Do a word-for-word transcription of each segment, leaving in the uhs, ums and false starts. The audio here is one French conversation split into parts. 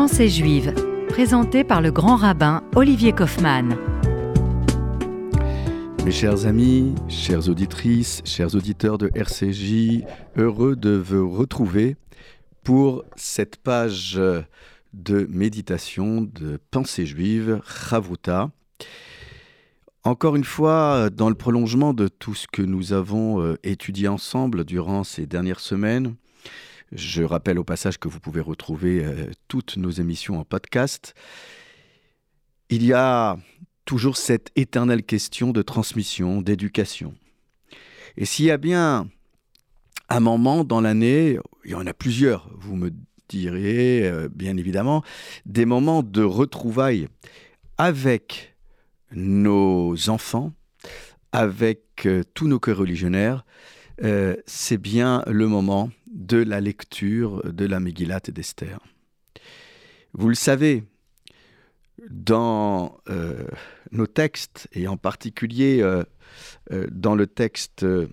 Pensée juive, présentée par le grand rabbin Olivier Kaufmann. Mes chers amis, chères auditrices, chers auditeurs de R C J, heureux de vous retrouver pour cette page de méditation de Pensée juive, Chavruta. Encore une fois, dans le prolongement de tout ce que nous avons étudié ensemble durant ces dernières semaines, je rappelle au passage que vous pouvez retrouver euh, toutes nos émissions en podcast. Il y a toujours cette éternelle question de transmission, d'éducation. Et s'il y a bien un moment dans l'année, il y en a plusieurs, vous me direz, euh, bien évidemment, des moments de retrouvailles avec nos enfants, avec euh, tous nos co-religionnaires, euh, c'est bien le moment de la lecture de la Megillat d'Esther. Vous le savez, dans euh, nos textes, et en particulier euh, euh, dans le texte euh,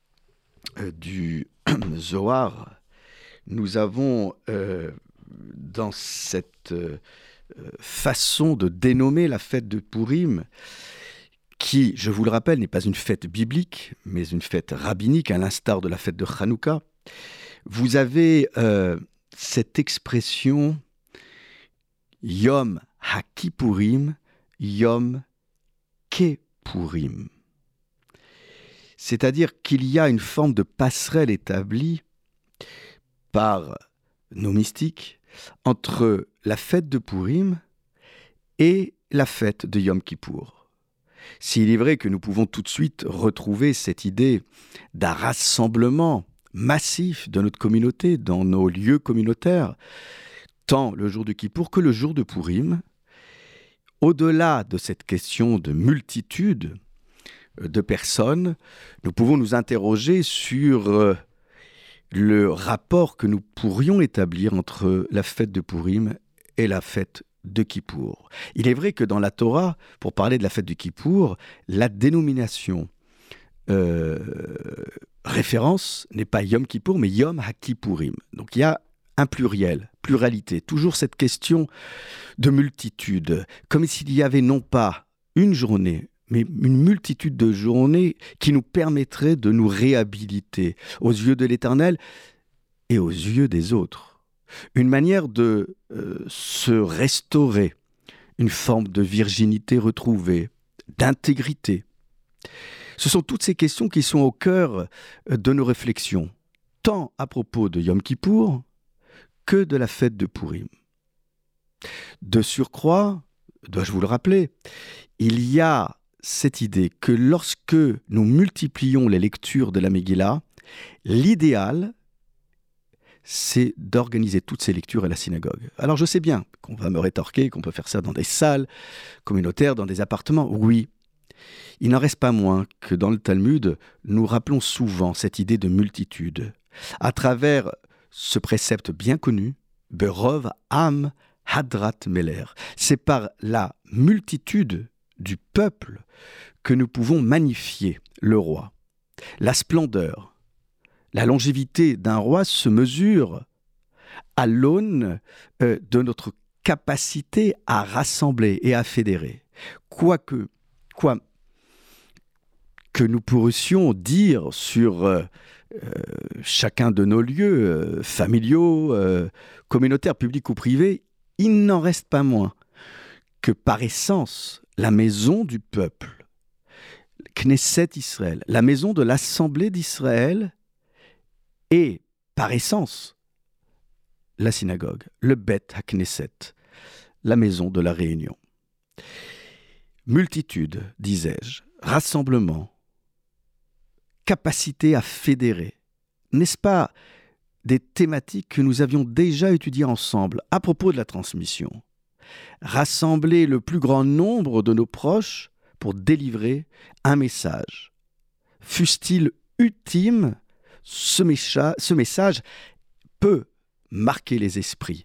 du Zohar, nous avons euh, dans cette euh, façon de dénommer la fête de Purim, qui, je vous le rappelle, n'est pas une fête biblique, mais une fête rabbinique, à l'instar de la fête de Hanouka. Vous avez euh, cette expression Yom HaKippurim, Yom Keppurim. C'est-à-dire qu'il y a une forme de passerelle établie par nos mystiques entre la fête de Purim et la fête de Yom Kippour. S'il est vrai que nous pouvons tout de suite retrouver cette idée d'un rassemblement massif de notre communauté dans nos lieux communautaires, tant le jour de Kippour que le jour de Purim, au-delà de cette question de multitude de personnes, nous pouvons nous interroger sur le rapport que nous pourrions établir entre la fête de Purim et la fête de Kippour. Il est vrai que dans la Torah, pour parler de la fête de Kippour, la dénomination euh, référence n'est pas Yom Kippour, mais Yom HaKippurim. Donc il y a un pluriel, pluralité, toujours cette question de multitude, comme s'il y avait non pas une journée, mais une multitude de journées qui nous permettraient de nous réhabiliter aux yeux de l'Éternel et aux yeux des autres. Une manière de euh, se restaurer, une forme de virginité retrouvée, d'intégrité. Ce sont toutes ces questions qui sont au cœur de nos réflexions, tant à propos de Yom Kippour que de la fête de Purim. De surcroît, dois-je vous le rappeler, il y a cette idée que lorsque nous multiplions les lectures de la Megillah, l'idéal, c'est d'organiser toutes ces lectures à la synagogue. Alors je sais bien qu'on va me rétorquer, qu'on peut faire ça dans des salles communautaires, dans des appartements. Oui, il n'en reste pas moins que dans le Talmud, nous rappelons souvent cette idée de multitude. À travers ce précepte bien connu, Berov Am Hadrat Meler. C'est par la multitude du peuple que nous pouvons magnifier le roi. La splendeur, la longévité d'un roi se mesure à l'aune euh, de notre capacité à rassembler et à fédérer. Quoique, quoi que nous pourrions dire sur euh, euh, chacun de nos lieux, euh, familiaux, euh, communautaires, publics ou privés, il n'en reste pas moins que par essence, la maison du peuple, Knesset Israël, la maison de l'Assemblée d'Israël, et, par essence, la synagogue, le Bet HaKnesset, la maison de la réunion. Multitude, disais-je, rassemblement, capacité à fédérer. N'est-ce pas des thématiques que nous avions déjà étudiées ensemble à propos de la transmission? Rassembler le plus grand nombre de nos proches pour délivrer un message. Fût-il ultime, Ce, mécha, ce message peut marquer les esprits,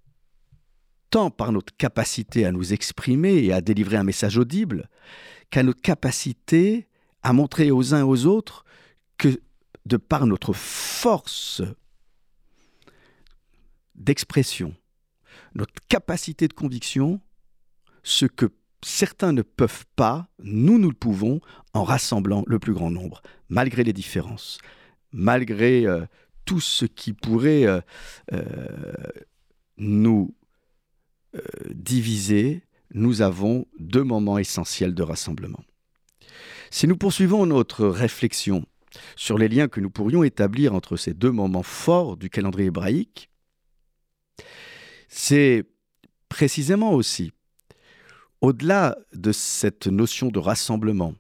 tant par notre capacité à nous exprimer et à délivrer un message audible, qu'à notre capacité à montrer aux uns et aux autres que, de par notre force d'expression, notre capacité de conviction, ce que certains ne peuvent pas, nous, nous le pouvons en rassemblant le plus grand nombre, malgré les différences, malgré euh, tout ce qui pourrait euh, euh, nous euh, diviser. Nous avons deux moments essentiels de rassemblement. Si nous poursuivons notre réflexion sur les liens que nous pourrions établir entre ces deux moments forts du calendrier hébraïque, c'est précisément aussi, au-delà de cette notion de rassemblement,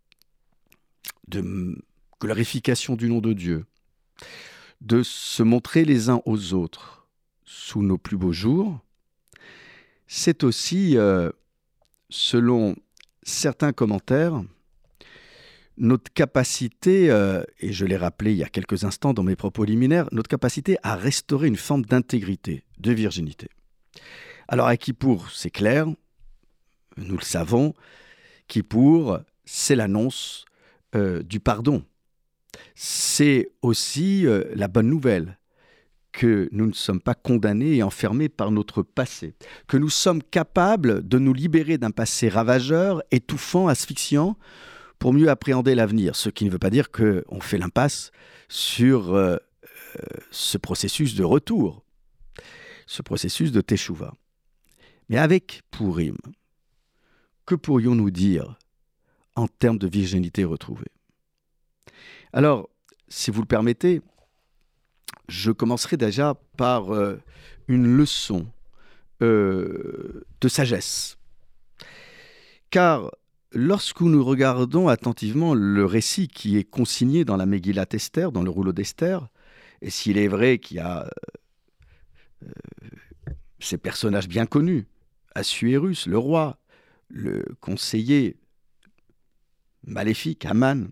de glorification du nom de Dieu, de se montrer les uns aux autres sous nos plus beaux jours, c'est aussi, euh, selon certains commentaires, notre capacité, euh, et je l'ai rappelé il y a quelques instants dans mes propos liminaires, notre capacité à restaurer une forme d'intégrité, de virginité. Alors à Kippour, c'est clair, nous le savons, Kippour, c'est l'annonce euh, du pardon. C'est aussi euh, la bonne nouvelle que nous ne sommes pas condamnés et enfermés par notre passé, que nous sommes capables de nous libérer d'un passé ravageur, étouffant, asphyxiant, pour mieux appréhender l'avenir, ce qui ne veut pas dire qu'on fait l'impasse sur euh, euh, ce processus de retour, ce processus de Teshuvah. Mais avec Purim, que pourrions-nous dire en termes de virginité retrouvée ? Alors, si vous le permettez, je commencerai déjà par euh, une leçon euh, de sagesse. Car lorsque nous regardons attentivement le récit qui est consigné dans la Megillat Esther, dans le rouleau d'Esther, et s'il est vrai qu'il y a euh, ces personnages bien connus, Assuérus, le roi, le conseiller maléfique, Haman,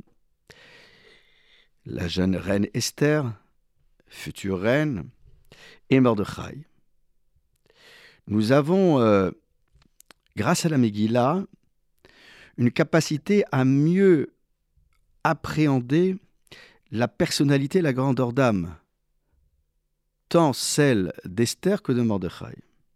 la jeune reine Esther, future reine, et Mordechai. Nous avons, euh, grâce à la Megillah, une capacité à mieux appréhender la personnalité et la grandeur d'âme, tant celle d'Esther que de Mordechai.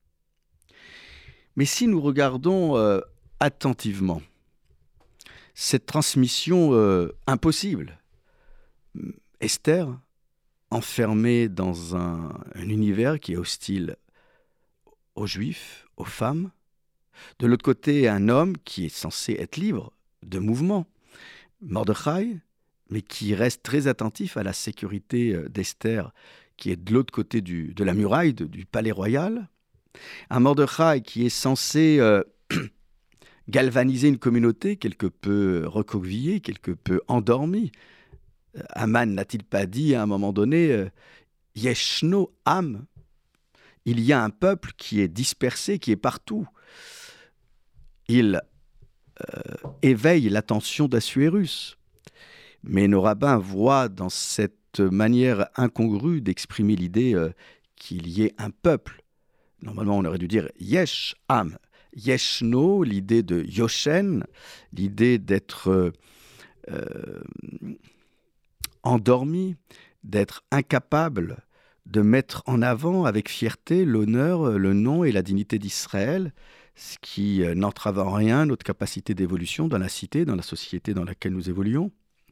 Mais si nous regardons euh, attentivement cette transmission euh, impossible, Esther, enfermée dans un, un univers qui est hostile aux Juifs, aux femmes, de l'autre côté, un homme qui est censé être libre de mouvement, Mordechai, mais qui reste très attentif à la sécurité d'Esther, qui est de l'autre côté du, de la muraille, de, du palais royal. Un Mordechai qui est censé euh, galvaniser une communauté quelque peu recroquevillée, quelque peu endormie. Haman n'a-t-il pas dit à un moment donné euh, « Yeshno Am » ? Il y a un peuple qui est dispersé, qui est partout. Il euh, éveille l'attention d'Assuérus. Mais nos rabbins voient dans cette manière incongrue d'exprimer l'idée euh, qu'il y ait un peuple. Normalement, on aurait dû dire « Yesh Am ». Yeshno, l'idée de Yoshen, l'idée d'être euh, euh, endormi, d'être incapable de mettre en avant avec fierté l'honneur, le nom et la dignité d'Israël, ce qui n'entrave en rien notre capacité d'évolution dans la cité, dans la société dans laquelle nous évoluons.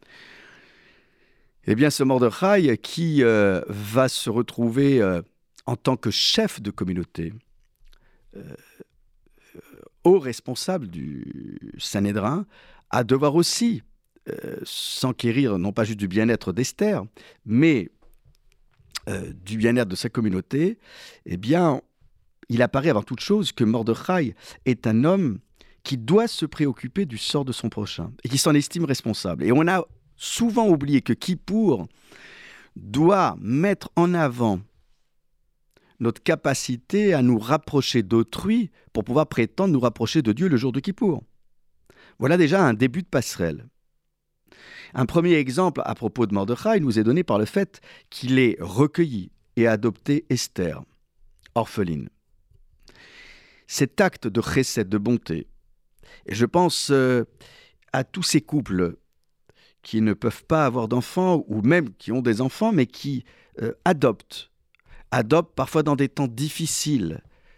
Eh bien, ce Mordechai qui euh, va se retrouver euh, en tant que chef de communauté, euh, haut responsable du Sanhédrin, à devoir aussi euh, s'enquérir non pas juste du bien-être d'Esther, mais euh, du bien-être de sa communauté, eh bien, il apparaît avant toute chose que Mordechai est un homme qui doit se préoccuper du sort de son prochain et qui s'en estime responsable. Et on a souvent oublié que Kippour doit mettre en avant notre capacité à nous rapprocher d'autrui pour pouvoir prétendre nous rapprocher de Dieu le jour de Kippour. Voilà déjà un début de passerelle. Un premier exemple à propos de Mordechai nous est donné par le fait qu'il ait recueilli et adopté Esther, orpheline. Cet acte de chesed, de bonté, et je pense euh, à tous ces couples qui ne peuvent pas avoir d'enfants, ou même qui ont des enfants, mais qui euh, adoptent, adoptent parfois dans des temps difficiles,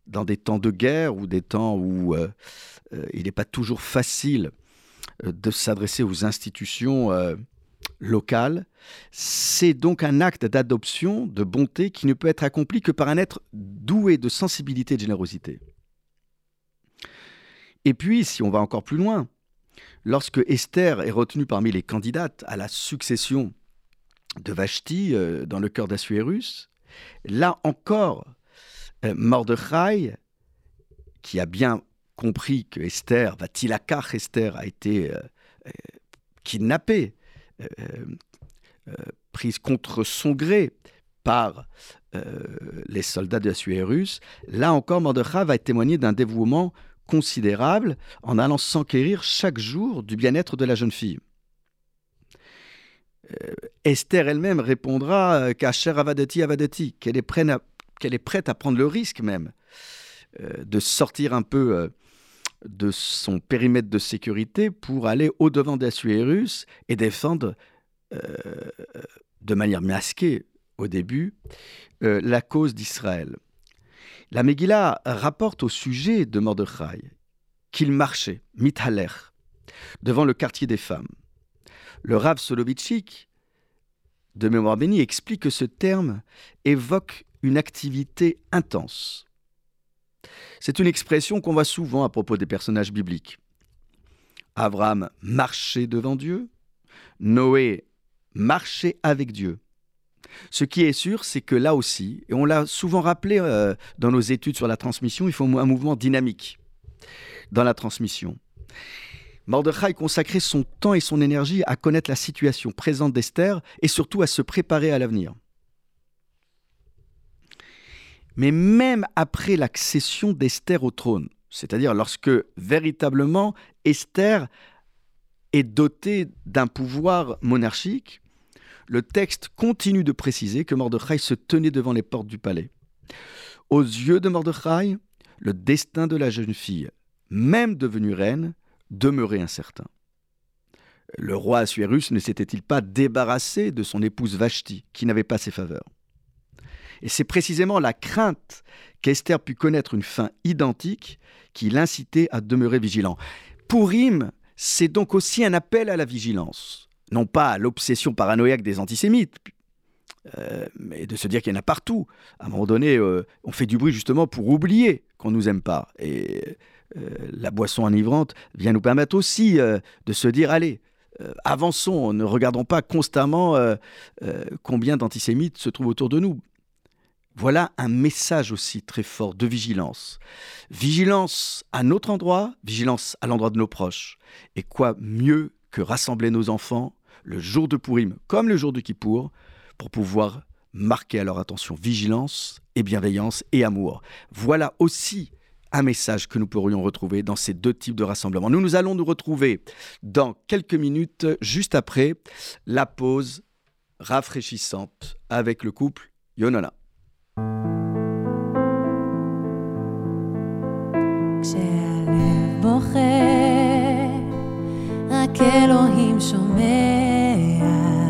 dans des temps de guerre ou des temps où euh, euh, il n'est pas toujours facile euh, de s'adresser aux institutions euh, locales. C'est donc un acte d'adoption, de bonté qui ne peut être accompli que par un être doué de sensibilité et de générosité. Et puis, si on va encore plus loin, lorsque Esther est retenue parmi les candidates à la succession de Vashti euh, dans le cœur d'Assuérus, là encore, euh, Mordechai, qui a bien compris que Esther, Vatilakach Esther, a été euh, euh, kidnappée, euh, euh, prise contre son gré par euh, les soldats d'Assuérus, là encore, Mordechai va témoigner d'un dévouement considérable en allant s'enquérir chaque jour du bien-être de la jeune fille. Euh, Esther elle-même répondra euh, qu'Asher Avadati Avadati, qu'elle est, prête à, qu'elle est prête à prendre le risque même euh, de sortir un peu euh, de son périmètre de sécurité pour aller au-devant d'Assuérus et défendre euh, de manière masquée au début euh, la cause d'Israël. La Megillah rapporte au sujet de Mordechai qu'il marchait, mithaler, devant le quartier des femmes. Le Rav Soloveitchik, de mémoire bénie, explique que ce terme évoque une activité intense. C'est une expression qu'on voit souvent à propos des personnages bibliques. Abraham marchait devant Dieu, Noé marchait avec Dieu. Ce qui est sûr, c'est que là aussi, et on l'a souvent rappelé euh, dans nos études sur la transmission, il faut un mouvement dynamique dans la transmission. Mordechai consacrait son temps et son énergie à connaître la situation présente d'Esther et surtout à se préparer à l'avenir. Mais même après l'accession d'Esther au trône, c'est-à-dire lorsque véritablement Esther est dotée d'un pouvoir monarchique, le texte continue de préciser que Mordechai se tenait devant les portes du palais. Aux yeux de Mordechai, le destin de la jeune fille, même devenue reine, demeurait incertain. Le roi Assuérus ne s'était-il pas débarrassé de son épouse Vashti, qui n'avait pas ses faveurs? Et c'est précisément la crainte qu'Esther pût connaître une fin identique qui l'incitait à demeurer vigilant. Pourim, c'est donc aussi un appel à la vigilance. Non pas à l'obsession paranoïaque des antisémites, euh, mais de se dire qu'il y en a partout. À un moment donné, euh, on fait du bruit justement pour oublier qu'on ne nous aime pas. Et euh, la boisson enivrante vient nous permettre aussi euh, de se dire, allez, euh, avançons, ne regardons pas constamment euh, euh, combien d'antisémites se trouvent autour de nous. Voilà un message aussi très fort de vigilance. Vigilance à notre endroit, vigilance à l'endroit de nos proches. Et quoi mieux que rassembler nos enfants le jour de Pourim comme le jour de Kippour pour pouvoir marquer à leur attention vigilance et bienveillance et amour. Voilà aussi un message que nous pourrions retrouver dans ces deux types de rassemblements. Nous, nous allons nous retrouver dans quelques minutes, juste après la pause rafraîchissante avec le couple Yonona. כשהלב בוכה, רק אלוהים שומע,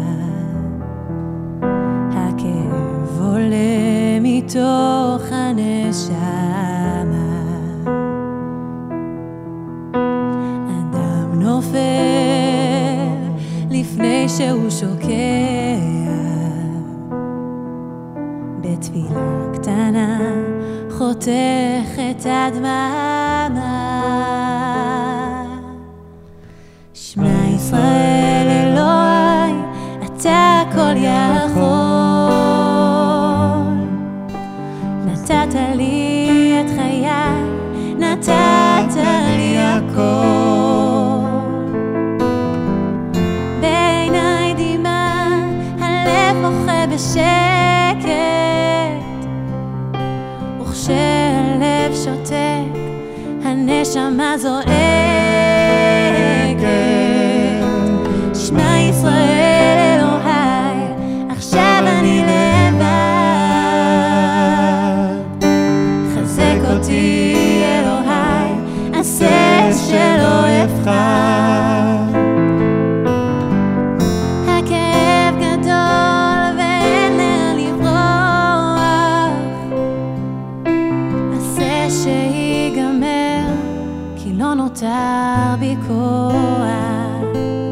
הכאב עולה מתוך הנשמה, אדם נופל לפני שהוא שוקע, בתפילה קטנה חותך את הדממה. שמע ישראל אלוהי, אתה כל יכול, נתת לי את חיי, נתת לי הכל. בעיניי דמעה, הלב בוכה בשקט, וכשהלב שותק, הנשמה זועקת. שמע ישראל אלוהי, עכשיו אני לבד, חזק אותי אלוהי, עשה שלא אבחר. הכאב גדול ואין לאן לברוח, עשה לי כוח,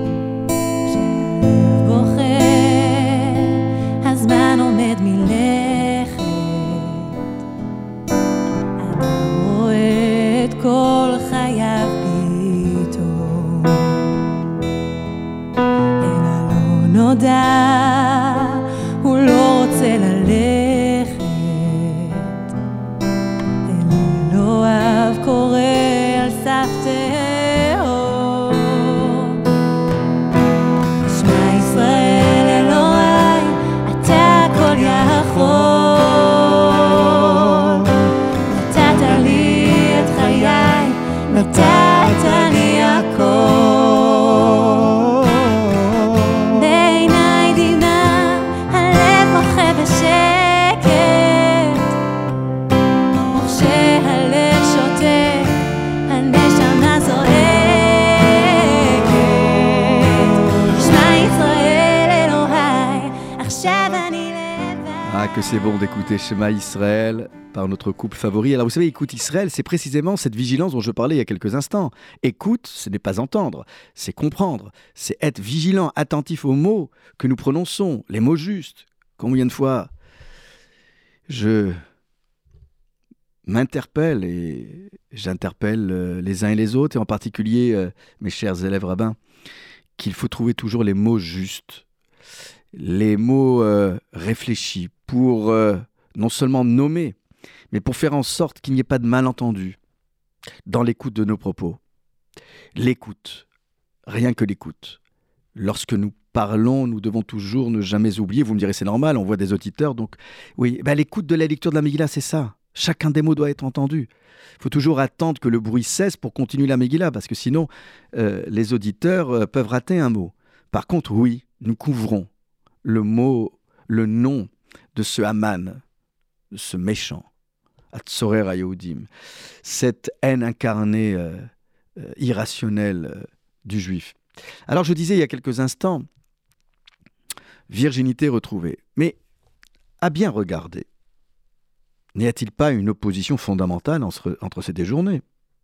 כשהלב בוכה, הזמן עומד מלכת, אדם רואה את כל חייו פתאום, אל הלא נודע, הוא לא רוצה ללכת, אל אלוהיו קורא על סף תהום. שמע ישראל אלוהי, אתה כל יכול, נתת לי את חיי, נתת לי הכל. בעיניי דמעה, הלב מוחה בשקט, וכשהלב שותק, הנשמה זועקת. שמע ישראל אלוהי, עכשיו אני לבד. Ah, que c'est bon d'écouter Shema Israël par notre couple favori. Alors vous savez, écoute Israël, c'est précisément cette vigilance dont je parlais il y a quelques instants. Écoute, ce n'est pas entendre, c'est comprendre, c'est être vigilant, attentif aux mots que nous prononçons, les mots justes. Combien de fois je m'interpelle et j'interpelle euh, les uns et les autres, et en particulier euh, mes chers élèves rabbins, qu'il faut trouver toujours les mots justes, les mots euh, réfléchis pour euh, non seulement nommer, mais pour faire en sorte qu'il n'y ait pas de malentendu dans l'écoute de nos propos. L'écoute, rien que l'écoute. Lorsque nous parlons, nous devons toujours ne jamais oublier, vous me direz c'est normal, on voit des auditeurs, donc oui, ben, l'écoute de la lecture de la Megillah, c'est ça. Chacun des mots doit être entendu. Il faut toujours attendre que le bruit cesse pour continuer la Megillah, parce que sinon, euh, les auditeurs euh, peuvent rater un mot. Par contre, oui, nous couvrons le mot, le nom de ce Haman, de ce méchant, Hatzorer HaYehudim, cette haine incarnée, euh, euh, irrationnelle euh, du juif. Alors je disais il y a quelques instants, virginité retrouvée. Mais à bien regarder, n'y a-t-il pas une opposition fondamentale entre, entre ces deux journées ?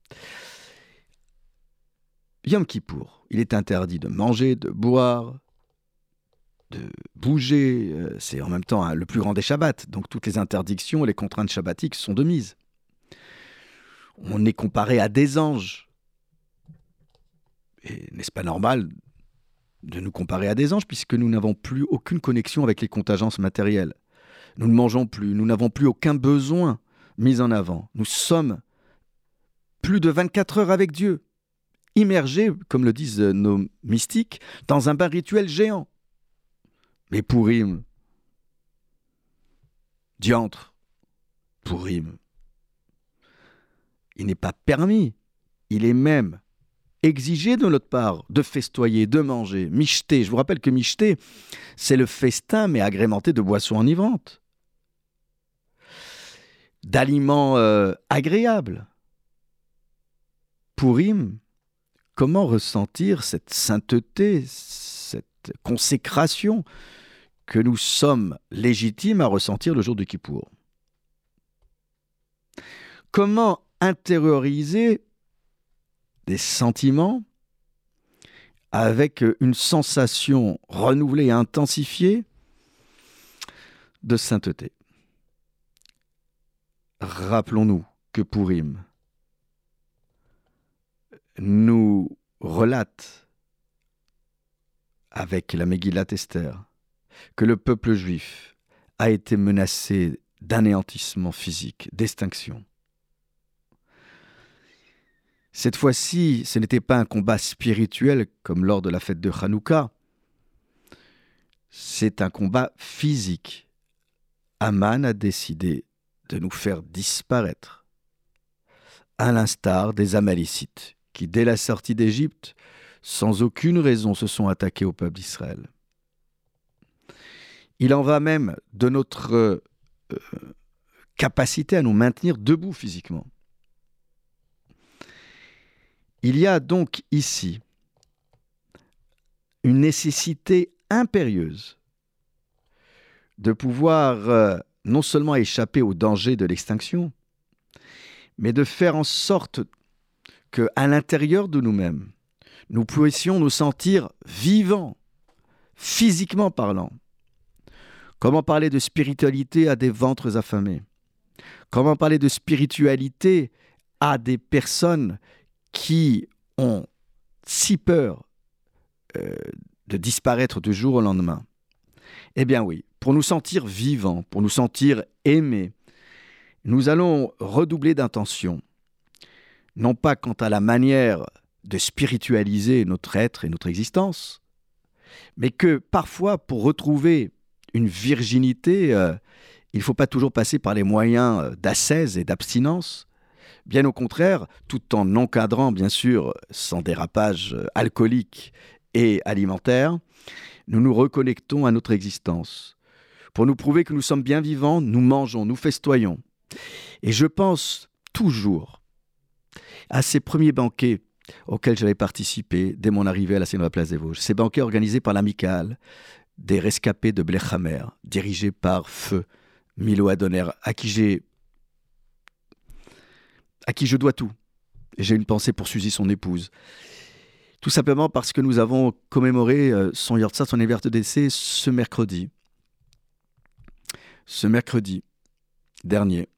Yom Kippour, il est interdit de manger, de boire, de bouger, euh, c'est en même temps hein, le plus grand des Shabbats, donc toutes les interdictions et les contraintes shabbatiques sont de mise. On est comparé à des anges. Et n'est-ce pas normal de nous comparer à des anges puisque nous n'avons plus aucune connexion avec les contingences matérielles. Nous ne mangeons plus, nous n'avons plus aucun besoin mis en avant. Nous sommes plus de vingt-quatre heures avec Dieu, immergés, comme le disent nos mystiques, dans un bain rituel géant. Mais Pourim, diantre, Pourim, il n'est pas permis, il est même exigé de notre part de festoyer, de manger, michté. Je vous rappelle que michté, c'est le festin, mais agrémenté de boissons enivrantes, d'aliments euh, agréables. Pourim, comment ressentir cette sainteté, cette consécration que nous sommes légitimes à ressentir le jour de Kippour? Comment intérioriser des sentiments avec une sensation renouvelée et intensifiée de sainteté? Rappelons-nous que Pourim nous relate avec la Megillat Esther que le peuple juif a été menacé d'anéantissement physique, d'extinction. Cette fois-ci, ce n'était pas un combat spirituel comme lors de la fête de Hanouka, c'est un combat physique. Haman a décidé de nous faire disparaître, à l'instar des Amalécites, qui dès la sortie d'Égypte, sans aucune raison, se sont attaqués au peuple d'Israël. Il en va même de notre euh, capacité à nous maintenir debout physiquement. Il y a donc ici une nécessité impérieuse de pouvoir euh, non seulement échapper au danger de l'extinction, mais de faire en sorte qu'à l'intérieur de nous-mêmes, nous puissions nous sentir vivants, physiquement parlant. Comment parler de spiritualité à des ventres affamés? Comment parler de spiritualité à des personnes qui ont si peur euh, de disparaître du jour au lendemain? Eh bien oui, pour nous sentir vivants, pour nous sentir aimés, nous allons redoubler d'intention, non pas quant à la manière de spiritualiser notre être et notre existence, mais que parfois, pour retrouver une virginité, euh, il ne faut pas toujours passer par les moyens d'ascèse et d'abstinence. Bien au contraire, tout en encadrant, bien sûr, sans dérapage alcoolique et alimentaire, nous nous reconnectons à notre existence. Pour nous prouver que nous sommes bien vivants, nous mangeons, nous festoyons. Et je pense toujours à ces premiers banquets auxquels j'avais participé dès mon arrivée à la Cénola Place des Vosges. Ces banquets organisés par l'amicale des rescapés de Blech-Hamer, dirigés par Feu Milo Adonner, à qui j'ai, à qui je dois tout. Et j'ai une pensée pour Suzy, son épouse. Tout simplement parce que nous avons commémoré son Yortzat, son anniversaire de décès, ce mercredi. Ce mercredi dernier.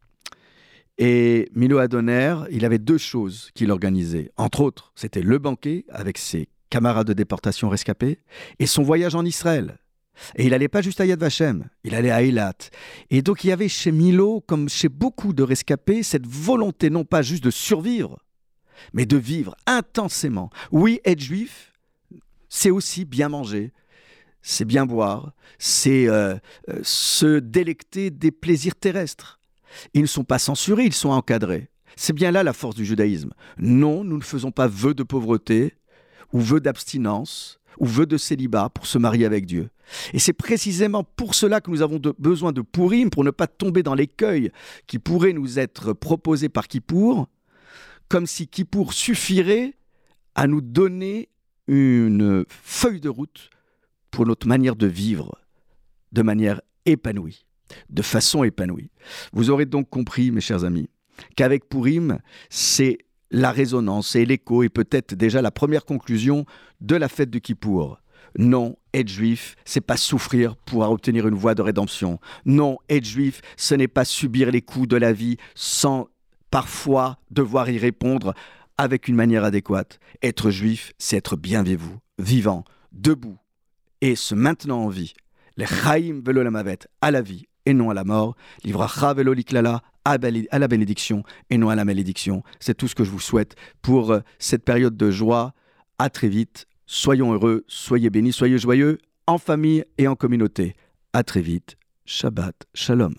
Et Milo Adonner, il avait deux choses qu'il organisait. Entre autres, c'était le banquet avec ses camarades de déportation rescapés et son voyage en Israël. Et il n'allait pas juste à Yad Vashem, il allait à Eilat. Et donc il y avait chez Milo, comme chez beaucoup de rescapés, cette volonté non pas juste de survivre, mais de vivre intensément. Oui, être juif, c'est aussi bien manger, c'est bien boire, c'est euh, euh, se délecter des plaisirs terrestres. Ils ne sont pas censurés, ils sont encadrés. C'est bien là la force du judaïsme. Non, nous ne faisons pas vœu de pauvreté, ou vœu d'abstinence, ou vœu de célibat pour se marier avec Dieu. Et c'est précisément pour cela que nous avons de, besoin de Pourim, pour ne pas tomber dans l'écueil qui pourrait nous être proposé par Kippour, comme si Kippour suffirait à nous donner une feuille de route pour notre manière de vivre de manière épanouie, de façon épanouie. Vous aurez donc compris, mes chers amis, qu'avec Pourim, c'est la résonance et l'écho et peut-être déjà la première conclusion de la fête de Kippour. Non, être juif, c'est pas souffrir pour obtenir une voie de rédemption. Non, être juif, ce n'est pas subir les coups de la vie sans parfois devoir y répondre avec une manière adéquate. Être juif, c'est être bien vivant, vivant, debout et se maintenant en vie. Les chaim velo lamavet, à la vie et non à la mort. Livracha velo liklala, à la bénédiction et non à la malédiction. C'est tout ce que je vous souhaite pour cette période de joie. À très vite. Soyons heureux, soyez bénis, soyez joyeux, en famille et en communauté. À très vite. Shabbat Shalom.